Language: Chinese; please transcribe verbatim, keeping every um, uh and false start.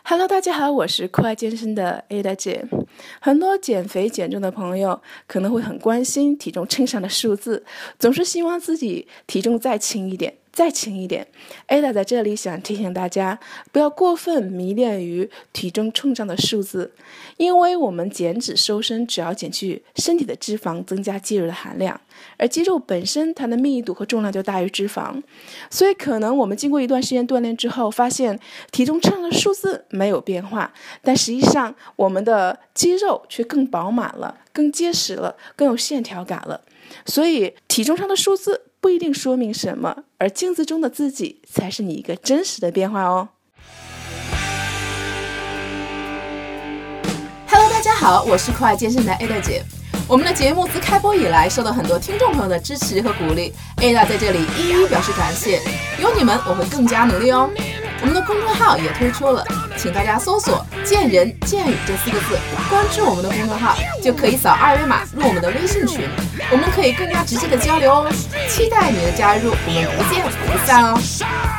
Hello， 大家好，我是酷爱健身的 Ada 姐。很多减肥减重的朋友可能会很关心体重秤上的数字，总是希望自己体重再轻一点，再轻一点。Ada 在这里想提醒大家，不要过分迷恋于体重秤上的数字，因为我们减脂瘦身只要减去身体的脂肪，增加肌肉的含量，而肌肉本身它的密度和重量就大于脂肪，所以可能我们经过一段时间锻炼之后，发现体重秤上的数字没有变化，但实际上我们的肌肉却更饱满了，更结实了，更有线条感了。所以体重上的数字不一定说明什么，而镜子中的自己才是你一个真实的变化哦。Hello， 大家好，我是酷爱健身的 Ada 姐。我们的节目自开播以来，受到很多听众朋友的支持和鼓励 ，Ada 在这里一一表示感谢。有你们，我会更加努力哦。我们的公众号也推出了，请大家搜索“见人见语”这四个字，关注我们的公众号，就可以扫二维码入我们的微信群，我们可以更加直接的交流哦。期待你的加入，我们不见不散哦。